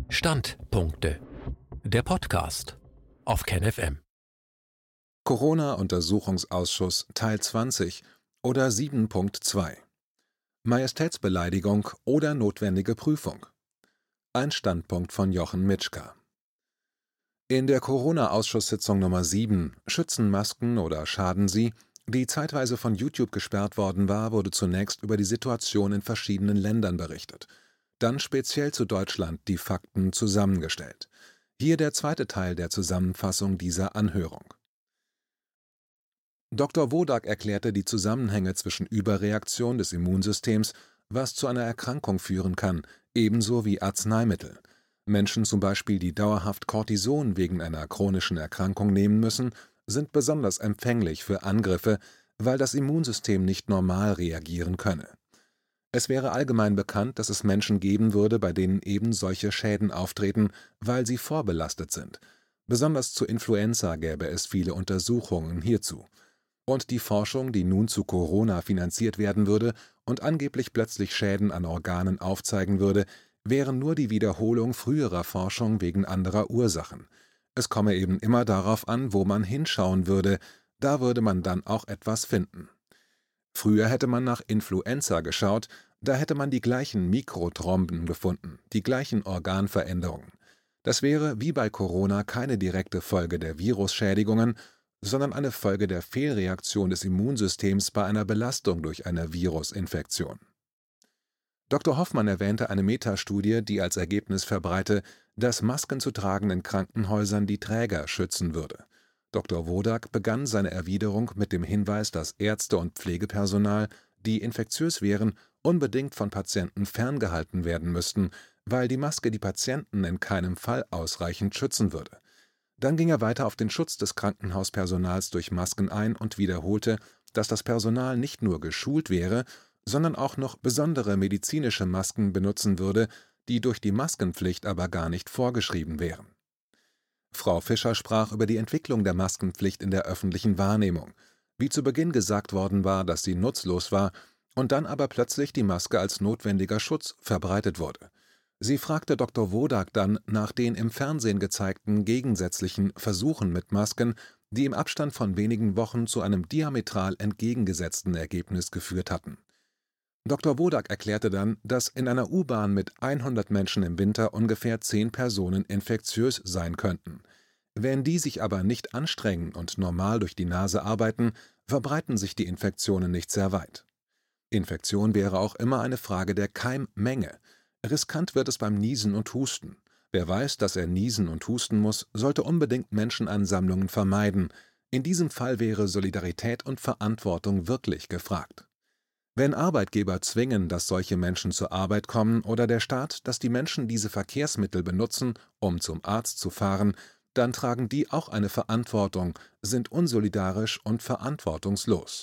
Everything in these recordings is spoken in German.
Standpunkte. Der Podcast auf KenFM. Corona-Untersuchungsausschuss Teil 20 oder 7.2 Majestätsbeleidigung oder notwendige Prüfung. Ein Standpunkt von Jochen Mitschka. In der Corona-Ausschusssitzung Nummer 7 Schützen Masken oder schaden sie, die zeitweise von YouTube gesperrt worden war, wurde zunächst über die Situation in verschiedenen Ländern berichtet. Dann speziell zu Deutschland die Fakten zusammengestellt. Hier der zweite Teil der Zusammenfassung dieser Anhörung. Dr. Wodak erklärte die Zusammenhänge zwischen Überreaktion des Immunsystems, was zu einer Erkrankung führen kann, ebenso wie Arzneimittel. Menschen zum Beispiel, die dauerhaft Cortison wegen einer chronischen Erkrankung nehmen müssen, sind besonders empfänglich für Angriffe, weil das Immunsystem nicht normal reagieren könne. Es wäre allgemein bekannt, dass es Menschen geben würde, bei denen eben solche Schäden auftreten, weil sie vorbelastet sind. Besonders zu Influenza gäbe es viele Untersuchungen hierzu. Und die Forschung, die nun zu Corona finanziert werden würde und angeblich plötzlich Schäden an Organen aufzeigen würde, wären nur die Wiederholung früherer Forschung wegen anderer Ursachen. Es komme eben immer darauf an, wo man hinschauen würde, da würde man dann auch etwas finden. Früher hätte man nach Influenza geschaut, da hätte man die gleichen Mikrothromben gefunden, die gleichen Organveränderungen. Das wäre wie bei Corona keine direkte Folge der Virusschädigungen, sondern eine Folge der Fehlreaktion des Immunsystems bei einer Belastung durch eine Virusinfektion. Dr. Hoffmann erwähnte eine Metastudie, die als Ergebnis verbreite, dass Masken zu tragen in Krankenhäusern die Träger schützen würde. Dr. Wodak begann seine Erwiderung mit dem Hinweis, dass Ärzte und Pflegepersonal, die infektiös wären, unbedingt von Patienten ferngehalten werden müssten, weil die Maske die Patienten in keinem Fall ausreichend schützen würde. Dann ging er weiter auf den Schutz des Krankenhauspersonals durch Masken ein und wiederholte, dass das Personal nicht nur geschult wäre, sondern auch noch besondere medizinische Masken benutzen würde, die durch die Maskenpflicht aber gar nicht vorgeschrieben wären. Frau Fischer sprach über die Entwicklung der Maskenpflicht in der öffentlichen Wahrnehmung, wie zu Beginn gesagt worden war, dass sie nutzlos war und dann aber plötzlich die Maske als notwendiger Schutz verbreitet wurde. Sie fragte Dr. Wodak dann nach den im Fernsehen gezeigten gegensätzlichen Versuchen mit Masken, die im Abstand von wenigen Wochen zu einem diametral entgegengesetzten Ergebnis geführt hatten. Dr. Wodak erklärte dann, dass in einer U-Bahn mit 100 Menschen im Winter ungefähr 10 Personen infektiös sein könnten. Wenn die sich aber nicht anstrengen und normal durch die Nase arbeiten, verbreiten sich die Infektionen nicht sehr weit. Infektion wäre auch immer eine Frage der Keimmenge. Riskant wird es beim Niesen und Husten. Wer weiß, dass er niesen und husten muss, sollte unbedingt Menschenansammlungen vermeiden. In diesem Fall wäre Solidarität und Verantwortung wirklich gefragt. Wenn Arbeitgeber zwingen, dass solche Menschen zur Arbeit kommen oder der Staat, dass die Menschen diese Verkehrsmittel benutzen, um zum Arzt zu fahren, dann tragen die auch eine Verantwortung, sind unsolidarisch und verantwortungslos.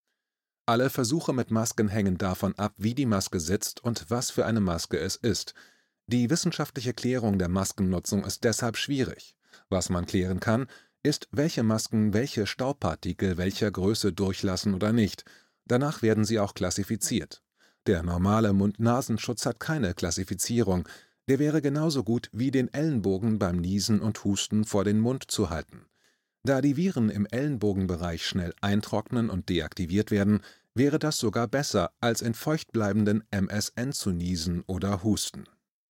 Alle Versuche mit Masken hängen davon ab, wie die Maske sitzt und was für eine Maske es ist. Die wissenschaftliche Klärung der Maskennutzung ist deshalb schwierig. Was man klären kann, ist, welche Masken welche Staubpartikel welcher Größe durchlassen oder nicht. Danach werden sie auch klassifiziert. Der normale Mund-Nasenschutz hat keine Klassifizierung. Der wäre genauso gut wie den Ellenbogen beim Niesen und Husten vor den Mund zu halten. Da die Viren im Ellenbogenbereich schnell eintrocknen und deaktiviert werden, wäre das sogar besser, als in feuchtbleibenden MSN zu niesen oder husten.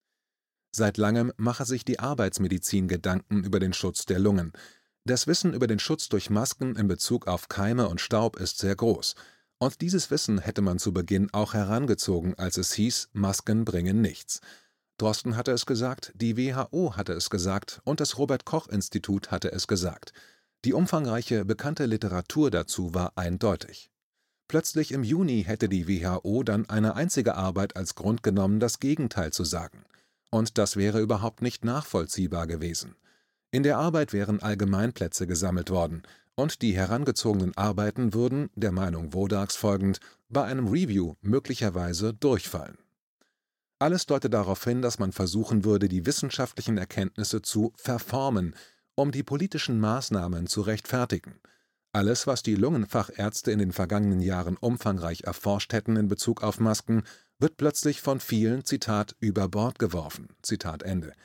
Seit langem mache sich die Arbeitsmedizin Gedanken über den Schutz der Lungen. Das Wissen über den Schutz durch Masken in Bezug auf Keime und Staub ist sehr groß. Und dieses Wissen hätte man zu Beginn auch herangezogen, als es hieß, Masken bringen nichts. Drosten hatte es gesagt, die WHO hatte es gesagt und das Robert-Koch-Institut hatte es gesagt. Die umfangreiche, bekannte Literatur dazu war eindeutig. Plötzlich im Juni hätte die WHO dann eine einzige Arbeit als Grund genommen, das Gegenteil zu sagen. Und das wäre überhaupt nicht nachvollziehbar gewesen. In der Arbeit wären Allgemeinplätze gesammelt worden, und die herangezogenen Arbeiten würden, der Meinung Wodaks folgend, bei einem Review möglicherweise durchfallen. Alles deutet darauf hin, dass man versuchen würde, die wissenschaftlichen Erkenntnisse zu verformen, um die politischen Maßnahmen zu rechtfertigen. Alles, was die Lungenfachärzte in den vergangenen Jahren umfangreich erforscht hätten in Bezug auf Masken, wird plötzlich von vielen, Zitat, über Bord geworfen, Zitat Ende.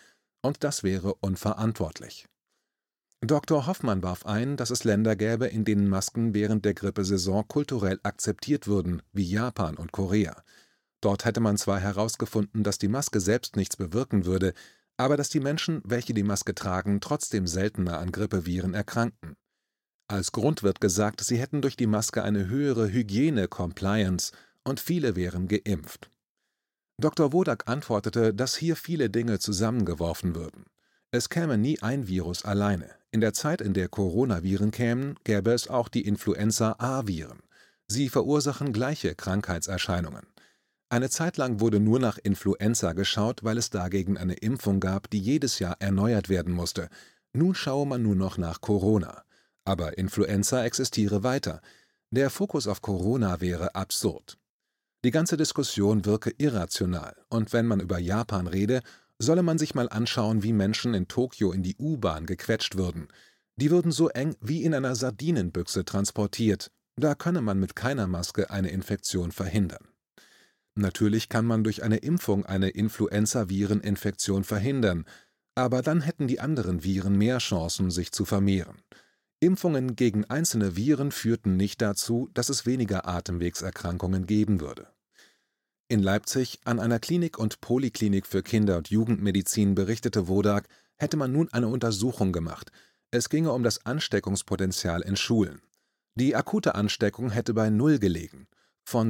und das wäre unverantwortlich. Dr. Hoffmann warf ein, dass es Länder gäbe, in denen Masken während der Grippesaison kulturell akzeptiert würden, wie Japan und Korea. Dort hätte man zwar herausgefunden, dass die Maske selbst nichts bewirken würde, aber dass die Menschen, welche die Maske tragen, trotzdem seltener an Grippeviren erkrankten. Als Grund wird gesagt, sie hätten durch die Maske eine höhere Hygiene-Compliance und viele wären geimpft. Dr. Wodak antwortete, dass hier viele Dinge zusammengeworfen würden. Es käme nie ein Virus alleine. In der Zeit, in der Coronaviren kämen, gäbe es auch die Influenza-A-Viren. Sie verursachen gleiche Krankheitserscheinungen. Eine Zeit lang wurde nur nach Influenza geschaut, weil es dagegen eine Impfung gab, die jedes Jahr erneuert werden musste. Nun schaue man nur noch nach Corona. Aber Influenza existiere weiter. Der Fokus auf Corona wäre absurd. Die ganze Diskussion wirke irrational, und wenn man über Japan rede, solle man sich mal anschauen, wie Menschen in Tokio in die U-Bahn gequetscht würden. Die würden so eng wie in einer Sardinenbüchse transportiert. Da könne man mit keiner Maske eine Infektion verhindern. Natürlich kann man durch eine Impfung eine Influenza-Viren-Infektion verhindern, aber dann hätten die anderen Viren mehr Chancen, sich zu vermehren. Impfungen gegen einzelne Viren führten nicht dazu, dass es weniger Atemwegserkrankungen geben würde. In Leipzig, an einer Klinik und Poliklinik für Kinder- und Jugendmedizin, berichtete Wodak, hätte man nun eine Untersuchung gemacht. Es ginge um das Ansteckungspotenzial in Schulen. Die akute Ansteckung hätte bei 0 gelegen. Von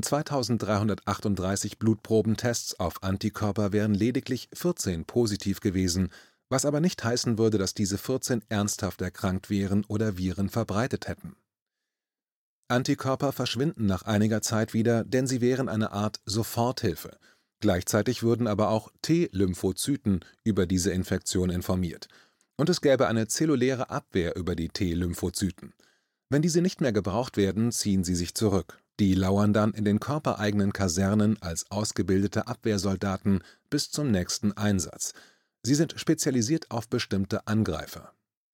2338 Blutprobentests auf Antikörper wären lediglich 14 positiv gewesen, was aber nicht heißen würde, dass diese 14 ernsthaft erkrankt wären oder Viren verbreitet hätten. Antikörper verschwinden nach einiger Zeit wieder, denn sie wären eine Art Soforthilfe. Gleichzeitig würden aber auch T-Lymphozyten über diese Infektion informiert. Und es gäbe eine zelluläre Abwehr über die T-Lymphozyten. Wenn diese nicht mehr gebraucht werden, ziehen sie sich zurück. Die lauern dann in den körpereigenen Kasernen als ausgebildete Abwehrsoldaten bis zum nächsten Einsatz. Sie sind spezialisiert auf bestimmte Angreifer.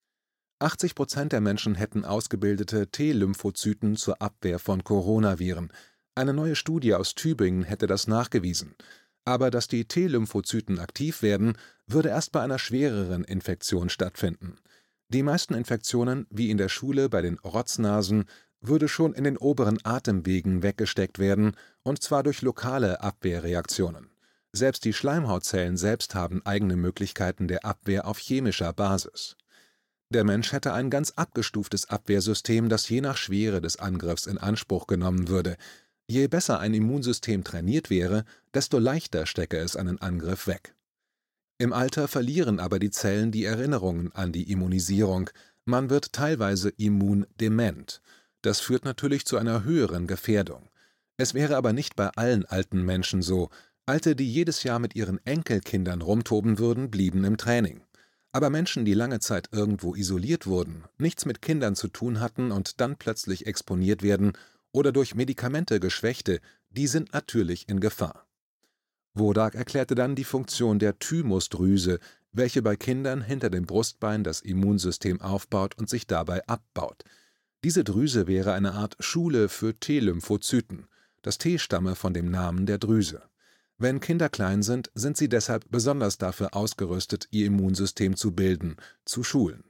80% der Menschen hätten ausgebildete T-Lymphozyten zur Abwehr von Coronaviren. Eine neue Studie aus Tübingen hätte das nachgewiesen. Aber dass die T-Lymphozyten aktiv werden, würde erst bei einer schwereren Infektion stattfinden. Die meisten Infektionen, wie in der Schule bei den Rotznasen, würde schon in den oberen Atemwegen weggesteckt werden, und zwar durch lokale Abwehrreaktionen. Selbst die Schleimhautzellen selbst haben eigene Möglichkeiten der Abwehr auf chemischer Basis. Der Mensch hätte ein ganz abgestuftes Abwehrsystem, das je nach Schwere des Angriffs in Anspruch genommen würde. Je besser ein Immunsystem trainiert wäre, desto leichter stecke es einen Angriff weg. Im Alter verlieren aber die Zellen die Erinnerungen an die Immunisierung. Man wird teilweise immundement. Das führt natürlich zu einer höheren Gefährdung. Es wäre aber nicht bei allen alten Menschen so. Alte, die jedes Jahr mit ihren Enkelkindern rumtoben würden, blieben im Training. Aber Menschen, die lange Zeit irgendwo isoliert wurden, nichts mit Kindern zu tun hatten und dann plötzlich exponiert werden oder durch Medikamente Geschwächte, die sind natürlich in Gefahr. Wodak erklärte dann die Funktion der Thymusdrüse, welche bei Kindern hinter dem Brustbein das Immunsystem aufbaut und sich dabei abbaut. Diese Drüse wäre eine Art Schule für T-Lymphozyten. Das T stamme von dem Namen der Drüse. Wenn Kinder klein sind, sind sie deshalb besonders dafür ausgerüstet, ihr Immunsystem zu bilden, zu schulen.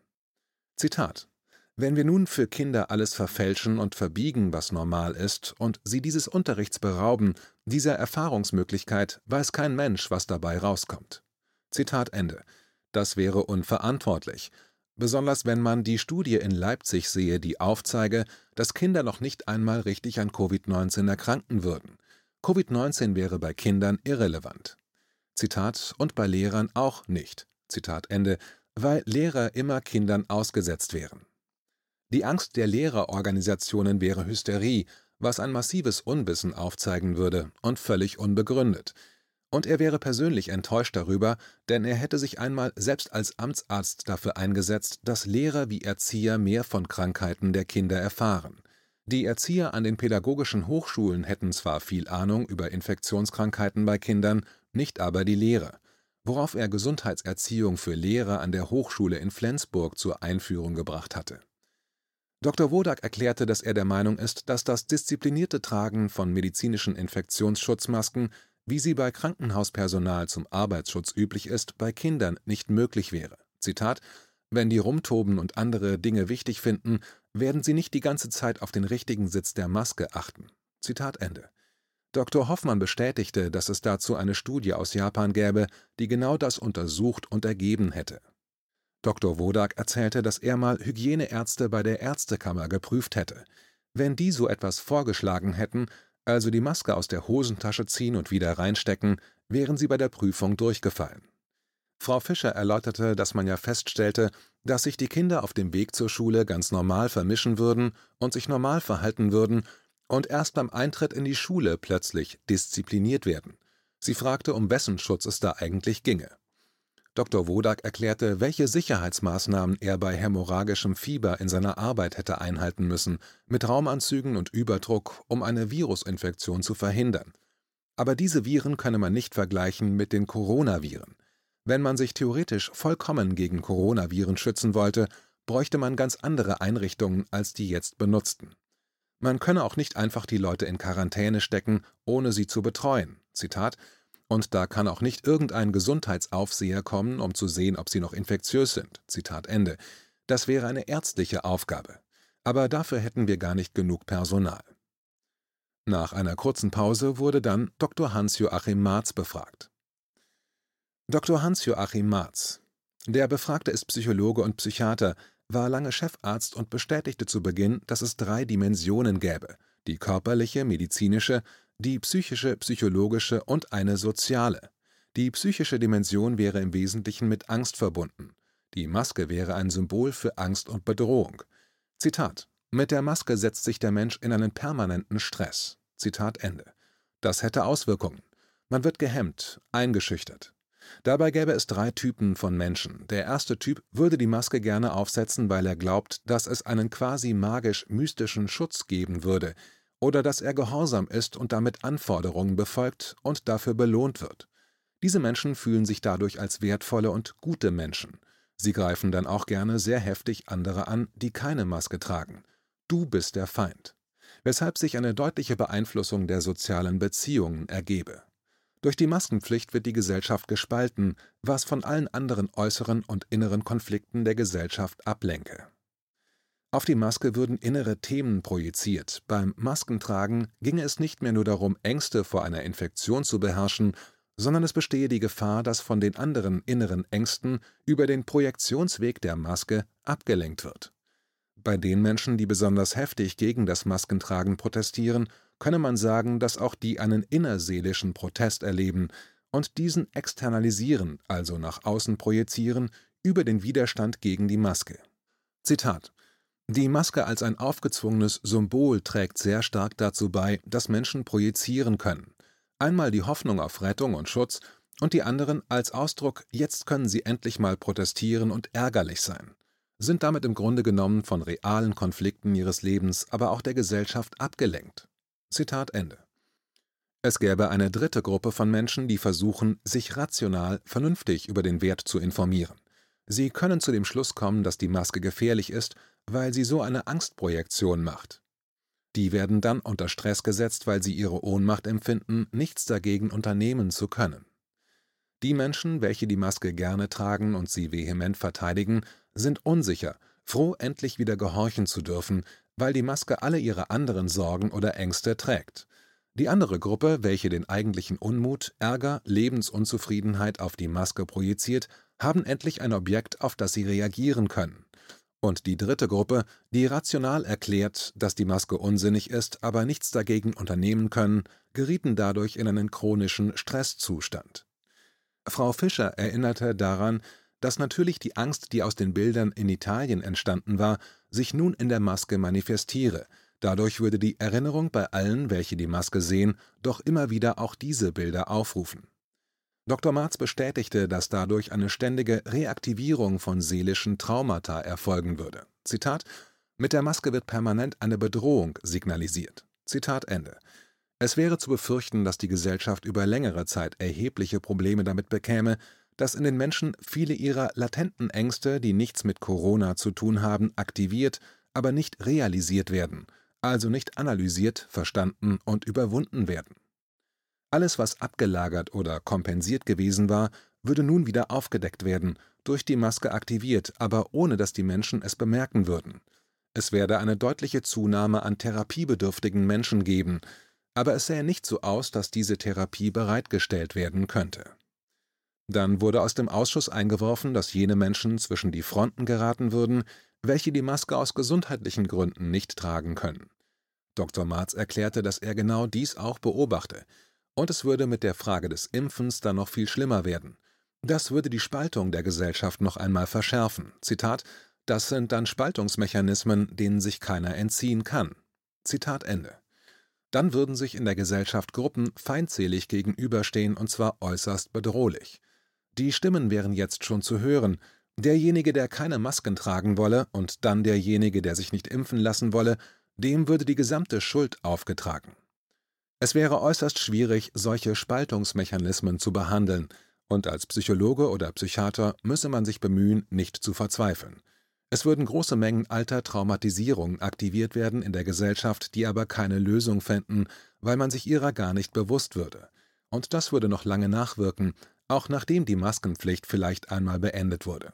Zitat: Wenn wir nun für Kinder alles verfälschen und verbiegen, was normal ist, und sie dieses Unterrichts berauben, dieser Erfahrungsmöglichkeit, weiß kein Mensch, was dabei rauskommt. Zitat Ende. Das wäre unverantwortlich. Besonders wenn man die Studie in Leipzig sehe, die aufzeige, dass Kinder noch nicht einmal richtig an Covid-19 erkranken würden. Covid-19 wäre bei Kindern irrelevant. Zitat: und bei Lehrern auch nicht. Zitat Ende, weil Lehrer immer Kindern ausgesetzt wären. Die Angst der Lehrerorganisationen wäre Hysterie, was ein massives Unwissen aufzeigen würde und völlig unbegründet. Und er wäre persönlich enttäuscht darüber, denn er hätte sich einmal selbst als Amtsarzt dafür eingesetzt, dass Lehrer wie Erzieher mehr von Krankheiten der Kinder erfahren. Die Erzieher an den pädagogischen Hochschulen hätten zwar viel Ahnung über Infektionskrankheiten bei Kindern, nicht aber die Lehrer, worauf er Gesundheitserziehung für Lehrer an der Hochschule in Flensburg zur Einführung gebracht hatte. Dr. Wodak erklärte, dass er der Meinung ist, dass das disziplinierte Tragen von medizinischen Infektionsschutzmasken wie sie bei Krankenhauspersonal zum Arbeitsschutz üblich ist, bei Kindern nicht möglich wäre. Zitat: »Wenn die rumtoben und andere Dinge wichtig finden, werden sie nicht die ganze Zeit auf den richtigen Sitz der Maske achten.« Zitat Ende. Dr. Hoffmann bestätigte, dass es dazu eine Studie aus Japan gäbe, die genau das untersucht und ergeben hätte. Dr. Wodak erzählte, dass er mal Hygieneärzte bei der Ärztekammer geprüft hätte. Wenn die so etwas vorgeschlagen hätten, also die Maske aus der Hosentasche ziehen und wieder reinstecken, wären sie bei der Prüfung durchgefallen. Frau Fischer erläuterte, dass man ja feststellte, dass sich die Kinder auf dem Weg zur Schule ganz normal vermischen würden und sich normal verhalten würden und erst beim Eintritt in die Schule plötzlich diszipliniert werden. Sie fragte, um wessen Schutz es da eigentlich ginge. Dr. Wodak erklärte, welche Sicherheitsmaßnahmen er bei hämorrhagischem Fieber in seiner Arbeit hätte einhalten müssen, mit Raumanzügen und Überdruck, um eine Virusinfektion zu verhindern. Aber diese Viren könne man nicht vergleichen mit den Coronaviren. Wenn man sich theoretisch vollkommen gegen Coronaviren schützen wollte, bräuchte man ganz andere Einrichtungen als die jetzt benutzten. Man könne auch nicht einfach die Leute in Quarantäne stecken, ohne sie zu betreuen. Zitat: »Und da kann auch nicht irgendein Gesundheitsaufseher kommen, um zu sehen, ob sie noch infektiös sind.« Zitat Ende. Das wäre eine ärztliche Aufgabe. Aber dafür hätten wir gar nicht genug Personal. Nach einer kurzen Pause wurde dann Dr. Hans-Joachim Marz befragt. Dr. Hans-Joachim Marz. Der Befragte ist Psychologe und Psychiater, war lange Chefarzt und bestätigte zu Beginn, dass es 3 Dimensionen gäbe: die körperliche, medizinische, die psychische, psychologische und eine soziale. Die psychische Dimension wäre im Wesentlichen mit Angst verbunden. Die Maske wäre ein Symbol für Angst und Bedrohung. Zitat: »Mit der Maske setzt sich der Mensch in einen permanenten Stress.« Zitat Ende. Das hätte Auswirkungen. Man wird gehemmt, eingeschüchtert. Dabei gäbe es 3 Typen von Menschen. Der erste Typ würde die Maske gerne aufsetzen, weil er glaubt, dass es einen quasi magisch-mystischen Schutz geben würde oder dass er gehorsam ist und damit Anforderungen befolgt und dafür belohnt wird. Diese Menschen fühlen sich dadurch als wertvolle und gute Menschen. Sie greifen dann auch gerne sehr heftig andere an, die keine Maske tragen. Du bist der Feind. Weshalb sich eine deutliche Beeinflussung der sozialen Beziehungen ergebe. Durch die Maskenpflicht wird die Gesellschaft gespalten, was von allen anderen äußeren und inneren Konflikten der Gesellschaft ablenke. Auf die Maske würden innere Themen projiziert. Beim Maskentragen ginge es nicht mehr nur darum, Ängste vor einer Infektion zu beherrschen, sondern es bestehe die Gefahr, dass von den anderen inneren Ängsten über den Projektionsweg der Maske abgelenkt wird. Bei den Menschen, die besonders heftig gegen das Maskentragen protestieren, könne man sagen, dass auch die einen innerseelischen Protest erleben und diesen externalisieren, also nach außen projizieren, über den Widerstand gegen die Maske. Zitat: »Die Maske als ein aufgezwungenes Symbol trägt sehr stark dazu bei, dass Menschen projizieren können. Einmal die Hoffnung auf Rettung und Schutz und die anderen als Ausdruck, jetzt können sie endlich mal protestieren und ärgerlich sein. Sind damit im Grunde genommen von realen Konflikten ihres Lebens, aber auch der Gesellschaft abgelenkt.« Zitat Ende. Es gäbe eine dritte Gruppe von Menschen, die versuchen, sich rational, vernünftig über den Wert zu informieren. Sie können zu dem Schluss kommen, dass die Maske gefährlich ist, weil sie so eine Angstprojektion macht. Die werden dann unter Stress gesetzt, weil sie ihre Ohnmacht empfinden, nichts dagegen unternehmen zu können. Die Menschen, welche die Maske gerne tragen und sie vehement verteidigen, sind unsicher, froh, endlich wieder gehorchen zu dürfen, weil die Maske alle ihre anderen Sorgen oder Ängste trägt. Die andere Gruppe, welche den eigentlichen Unmut, Ärger, Lebensunzufriedenheit auf die Maske projiziert, haben endlich ein Objekt, auf das sie reagieren können. Und die dritte Gruppe, die rational erklärt, dass die Maske unsinnig ist, aber nichts dagegen unternehmen können, gerieten dadurch in einen chronischen Stresszustand. Frau Fischer erinnerte daran, dass natürlich die Angst, die aus den Bildern in Italien entstanden war, sich nun in der Maske manifestiere. Dadurch würde die Erinnerung bei allen, welche die Maske sehen, doch immer wieder auch diese Bilder aufrufen. Dr. Marz bestätigte, dass dadurch eine ständige Reaktivierung von seelischen Traumata erfolgen würde. Zitat: »Mit der Maske wird permanent eine Bedrohung signalisiert.« Zitat Ende. Es wäre zu befürchten, dass die Gesellschaft über längere Zeit erhebliche Probleme damit bekäme, dass in den Menschen viele ihrer latenten Ängste, die nichts mit Corona zu tun haben, aktiviert, aber nicht realisiert werden, also nicht analysiert, verstanden und überwunden werden. Alles, was abgelagert oder kompensiert gewesen war, würde nun wieder aufgedeckt werden, durch die Maske aktiviert, aber ohne dass die Menschen es bemerken würden. Es werde eine deutliche Zunahme an therapiebedürftigen Menschen geben, aber es sähe nicht so aus, dass diese Therapie bereitgestellt werden könnte. Dann wurde aus dem Ausschuss eingeworfen, dass jene Menschen zwischen die Fronten geraten würden, welche die Maske aus gesundheitlichen Gründen nicht tragen können. Dr. Marz erklärte, dass er genau dies auch beobachte, und es würde mit der Frage des Impfens dann noch viel schlimmer werden. Das würde die Spaltung der Gesellschaft noch einmal verschärfen. Zitat: »Das sind dann Spaltungsmechanismen, denen sich keiner entziehen kann.« Zitat Ende. Dann würden sich in der Gesellschaft Gruppen feindselig gegenüberstehen, und zwar äußerst bedrohlich. Die Stimmen wären jetzt schon zu hören. Derjenige, der keine Masken tragen wolle, und dann derjenige, der sich nicht impfen lassen wolle, dem würde die gesamte Schuld aufgetragen. Es wäre äußerst schwierig, solche Spaltungsmechanismen zu behandeln, und als Psychologe oder Psychiater müsse man sich bemühen, nicht zu verzweifeln. Es würden große Mengen alter Traumatisierungen aktiviert werden in der Gesellschaft, die aber keine Lösung fänden, weil man sich ihrer gar nicht bewusst würde. Und das würde noch lange nachwirken, auch nachdem die Maskenpflicht vielleicht einmal beendet wurde.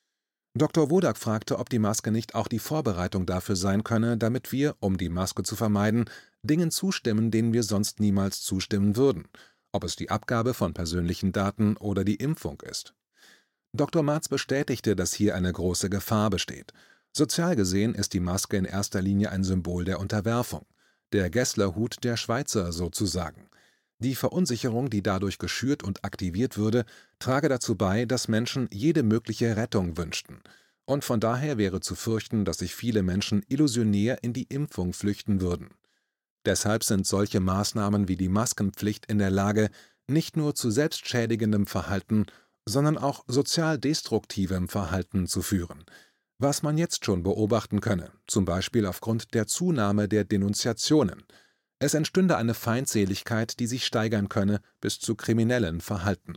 Dr. Wodak fragte, ob die Maske nicht auch die Vorbereitung dafür sein könne, damit wir, um die Maske zu vermeiden, Dingen zustimmen, denen wir sonst niemals zustimmen würden, ob es die Abgabe von persönlichen Daten oder die Impfung ist. Dr. Marz bestätigte, dass hier eine große Gefahr besteht. Sozial gesehen ist die Maske in erster Linie ein Symbol der Unterwerfung, der Gesslerhut der Schweizer sozusagen. Die Verunsicherung, die dadurch geschürt und aktiviert würde, trage dazu bei, dass Menschen jede mögliche Rettung wünschten. Und von daher wäre zu fürchten, dass sich viele Menschen illusionär in die Impfung flüchten würden. Deshalb sind solche Maßnahmen wie die Maskenpflicht in der Lage, nicht nur zu selbstschädigendem Verhalten, sondern auch sozial destruktivem Verhalten zu führen, was man jetzt schon beobachten könne, zum Beispiel aufgrund der Zunahme der Denunziationen. Es entstünde eine Feindseligkeit, die sich steigern könne bis zu kriminellen Verhalten.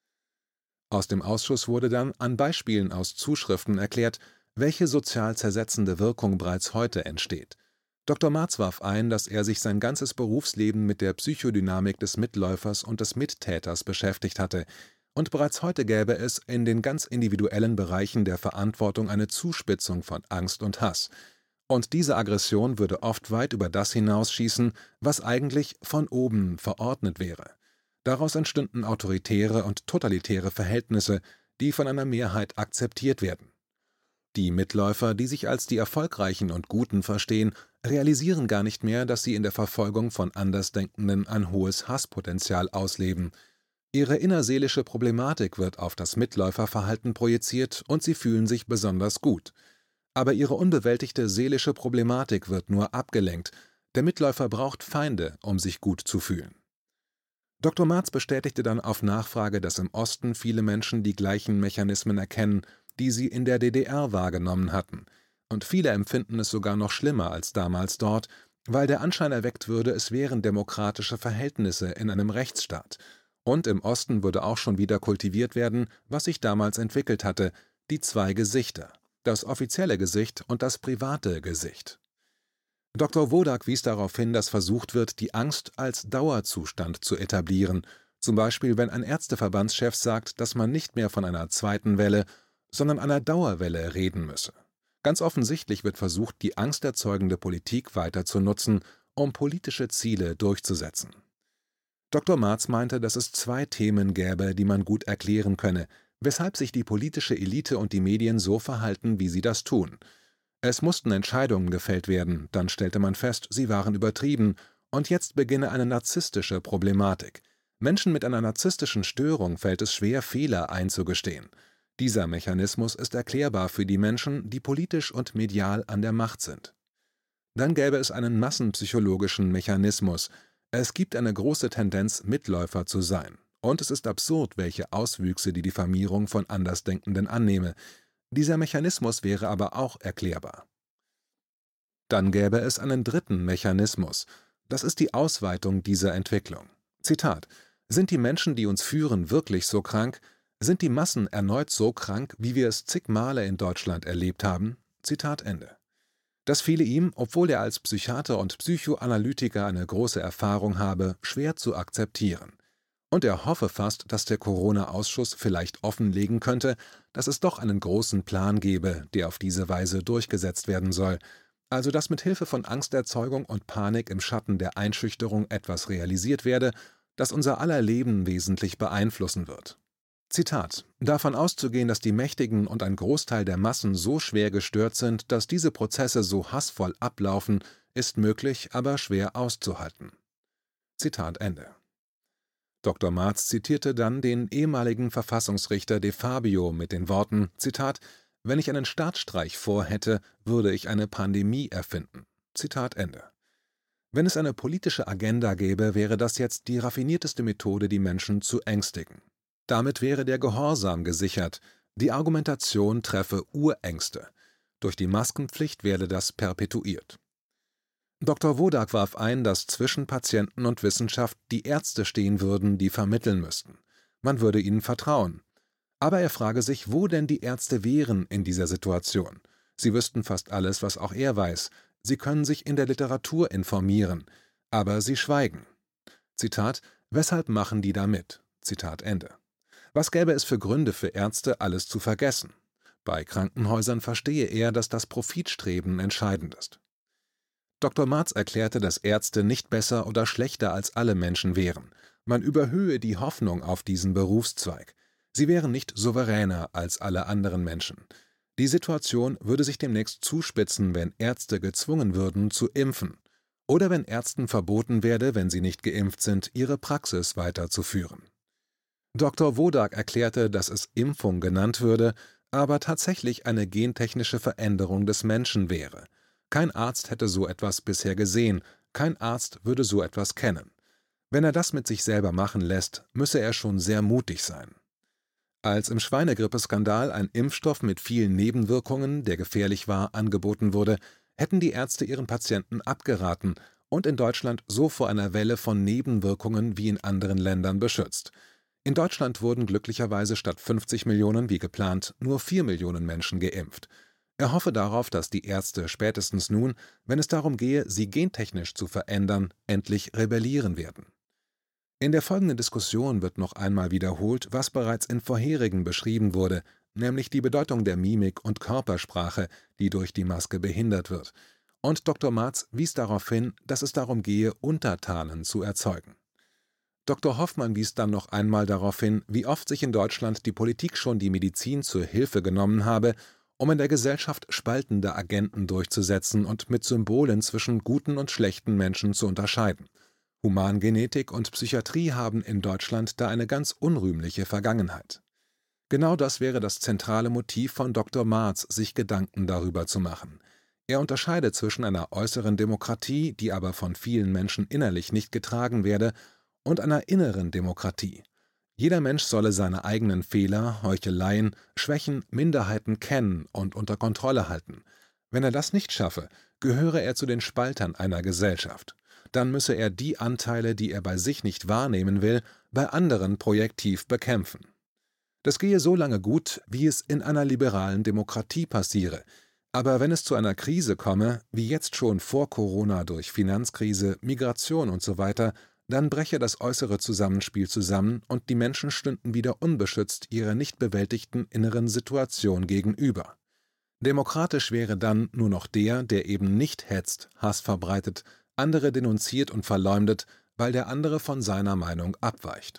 Aus dem Ausschuss wurde dann an Beispielen aus Zuschriften erklärt, welche sozial zersetzende Wirkung bereits heute entsteht. Dr. Marz warf ein, dass er sich sein ganzes Berufsleben mit der Psychodynamik des Mitläufers und des Mittäters beschäftigt hatte, und bereits heute gäbe es in den ganz individuellen Bereichen der Verantwortung eine Zuspitzung von Angst und Hass. Und diese Aggression würde oft weit über das hinausschießen, was eigentlich von oben verordnet wäre. Daraus entstünden autoritäre und totalitäre Verhältnisse, die von einer Mehrheit akzeptiert werden. Die Mitläufer, die sich als die Erfolgreichen und Guten verstehen, realisieren gar nicht mehr, dass sie in der Verfolgung von Andersdenkenden ein hohes Hasspotenzial ausleben. Ihre innerseelische Problematik wird auf das Mitläuferverhalten projiziert und sie fühlen sich besonders gut. Aber ihre unbewältigte seelische Problematik wird nur abgelenkt. Der Mitläufer braucht Feinde, um sich gut zu fühlen. Dr. Marz bestätigte dann auf Nachfrage, dass im Osten viele Menschen die gleichen Mechanismen erkennen, die sie in der DDR wahrgenommen hatten. Und viele empfinden es sogar noch schlimmer als damals dort, weil der Anschein erweckt würde, es wären demokratische Verhältnisse in einem Rechtsstaat. Und im Osten würde auch schon wieder kultiviert werden, was sich damals entwickelt hatte, die zwei Gesichter. Das offizielle Gesicht und das private Gesicht. Dr. Wodak wies darauf hin, dass versucht wird, die Angst als Dauerzustand zu etablieren, zum Beispiel wenn ein Ärzteverbandschef sagt, dass man nicht mehr von einer zweiten Welle, sondern einer Dauerwelle reden müsse. Ganz offensichtlich wird versucht, die angsterzeugende Politik weiter zu nutzen, um politische Ziele durchzusetzen. Dr. Marz meinte, dass es zwei Themen gäbe, die man gut erklären könne, weshalb sich die politische Elite und die Medien so verhalten, wie sie das tun. Es mussten Entscheidungen gefällt werden, dann stellte man fest, sie waren übertrieben, und jetzt beginne eine narzisstische Problematik. Menschen mit einer narzisstischen Störung fällt es schwer, Fehler einzugestehen. Dieser Mechanismus ist erklärbar für die Menschen, die politisch und medial an der Macht sind. Dann gäbe es einen massenpsychologischen Mechanismus. Es gibt eine große Tendenz, Mitläufer zu sein. Und es ist absurd, welche Auswüchse die Diffamierung von Andersdenkenden annehme. Dieser Mechanismus wäre aber auch erklärbar. Dann gäbe es einen dritten Mechanismus. Das ist die Ausweitung dieser Entwicklung. Zitat: Sind die Menschen, die uns führen, wirklich so krank? Sind die Massen erneut so krank, wie wir es zig Male in Deutschland erlebt haben? Zitat Ende. Das fiele ihm, obwohl er als Psychiater und Psychoanalytiker eine große Erfahrung habe, schwer zu akzeptieren. Und er hoffe fast, dass der Corona-Ausschuss vielleicht offenlegen könnte, dass es doch einen großen Plan gebe, der auf diese Weise durchgesetzt werden soll, also dass mit Hilfe von Angsterzeugung und Panik im Schatten der Einschüchterung etwas realisiert werde, das unser aller Leben wesentlich beeinflussen wird. Zitat: Davon auszugehen, dass die Mächtigen und ein Großteil der Massen so schwer gestört sind, dass diese Prozesse so hassvoll ablaufen, ist möglich, aber schwer auszuhalten. Zitat Ende. Dr. Marz zitierte dann den ehemaligen Verfassungsrichter De Fabio mit den Worten: Zitat: Wenn ich einen Staatsstreich vorhätte, würde ich eine Pandemie erfinden. Zitat Ende. Wenn es eine politische Agenda gäbe, wäre das jetzt die raffinierteste Methode, die Menschen zu ängstigen. Damit wäre der Gehorsam gesichert, die Argumentation treffe Urängste. Durch die Maskenpflicht werde das perpetuiert. Dr. Wodak warf ein, dass zwischen Patienten und Wissenschaft die Ärzte stehen würden, die vermitteln müssten. Man würde ihnen vertrauen. Aber er frage sich, wo denn die Ärzte wären in dieser Situation. Sie wüssten fast alles, was auch er weiß. Sie können sich in der Literatur informieren. Aber sie schweigen. Zitat: Weshalb machen die da mit? Zitat Ende. Was gäbe es für Gründe für Ärzte, alles zu vergessen? Bei Krankenhäusern verstehe er, dass das Profitstreben entscheidend ist. Dr. Marz erklärte, dass Ärzte nicht besser oder schlechter als alle Menschen wären. Man überhöhe die Hoffnung auf diesen Berufszweig. Sie wären nicht souveräner als alle anderen Menschen. Die Situation würde sich demnächst zuspitzen, wenn Ärzte gezwungen würden, zu impfen. Oder wenn Ärzten verboten werde, wenn sie nicht geimpft sind, ihre Praxis weiterzuführen. Dr. Wodak erklärte, dass es Impfung genannt würde, aber tatsächlich eine gentechnische Veränderung des Menschen wäre. Kein Arzt hätte so etwas bisher gesehen, kein Arzt würde so etwas kennen. Wenn er das mit sich selber machen lässt, müsse er schon sehr mutig sein. Als im Schweinegrippe-Skandal ein Impfstoff mit vielen Nebenwirkungen, der gefährlich war, angeboten wurde, hätten die Ärzte ihren Patienten abgeraten und in Deutschland so vor einer Welle von Nebenwirkungen wie in anderen Ländern beschützt. In Deutschland wurden glücklicherweise statt 50 Millionen wie geplant nur 4 Millionen Menschen geimpft. Er hoffe darauf, dass die Ärzte spätestens nun, wenn es darum gehe, sie gentechnisch zu verändern, endlich rebellieren werden. In der folgenden Diskussion wird noch einmal wiederholt, was bereits in vorherigen beschrieben wurde, nämlich die Bedeutung der Mimik und Körpersprache, die durch die Maske behindert wird. Und Dr. Marz wies darauf hin, dass es darum gehe, Untertanen zu erzeugen. Dr. Hoffmann wies dann noch einmal darauf hin, wie oft sich in Deutschland die Politik schon die Medizin zur Hilfe genommen habe, um in der Gesellschaft spaltende Agenten durchzusetzen und mit Symbolen zwischen guten und schlechten Menschen zu unterscheiden. Humangenetik und Psychiatrie haben in Deutschland da eine ganz unrühmliche Vergangenheit. Genau das wäre das zentrale Motiv von Dr. Marz, sich Gedanken darüber zu machen. Er unterscheidet zwischen einer äußeren Demokratie, die aber von vielen Menschen innerlich nicht getragen werde, und einer inneren Demokratie. Jeder Mensch solle seine eigenen Fehler, Heucheleien, Schwächen, Minderheiten kennen und unter Kontrolle halten. Wenn er das nicht schaffe, gehöre er zu den Spaltern einer Gesellschaft. Dann müsse er die Anteile, die er bei sich nicht wahrnehmen will, bei anderen projektiv bekämpfen. Das gehe so lange gut, wie es in einer liberalen Demokratie passiere. Aber wenn es zu einer Krise komme, wie jetzt schon vor Corona durch Finanzkrise, Migration usw., dann breche das äußere Zusammenspiel zusammen und die Menschen stünden wieder unbeschützt ihrer nicht bewältigten inneren Situation gegenüber. Demokratisch wäre dann nur noch der eben nicht hetzt, Hass verbreitet, andere denunziert und verleumdet, weil der andere von seiner Meinung abweicht.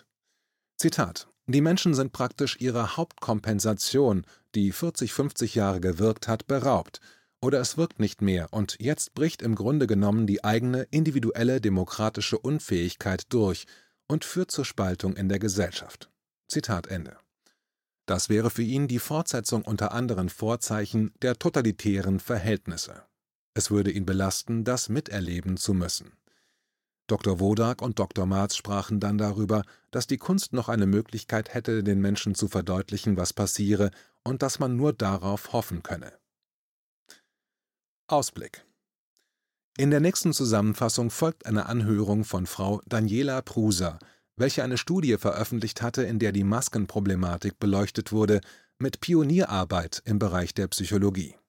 Zitat: Die Menschen sind praktisch ihrer Hauptkompensation, die 40, 50 Jahre gewirkt hat, beraubt. Oder es wirkt nicht mehr und jetzt bricht im Grunde genommen die eigene individuelle demokratische Unfähigkeit durch und führt zur Spaltung in der Gesellschaft. Zitat Ende. Das wäre für ihn die Fortsetzung unter anderen Vorzeichen der totalitären Verhältnisse. Es würde ihn belasten, das miterleben zu müssen. Dr. Wodak und Dr. Marz sprachen dann darüber, dass die Kunst noch eine Möglichkeit hätte, den Menschen zu verdeutlichen, was passiere und dass man nur darauf hoffen könne. Ausblick. In der nächsten Zusammenfassung folgt eine Anhörung von Frau Daniela Prusa, welche eine Studie veröffentlicht hatte, in der die Maskenproblematik beleuchtet wurde, mit Pionierarbeit im Bereich der Psychologie.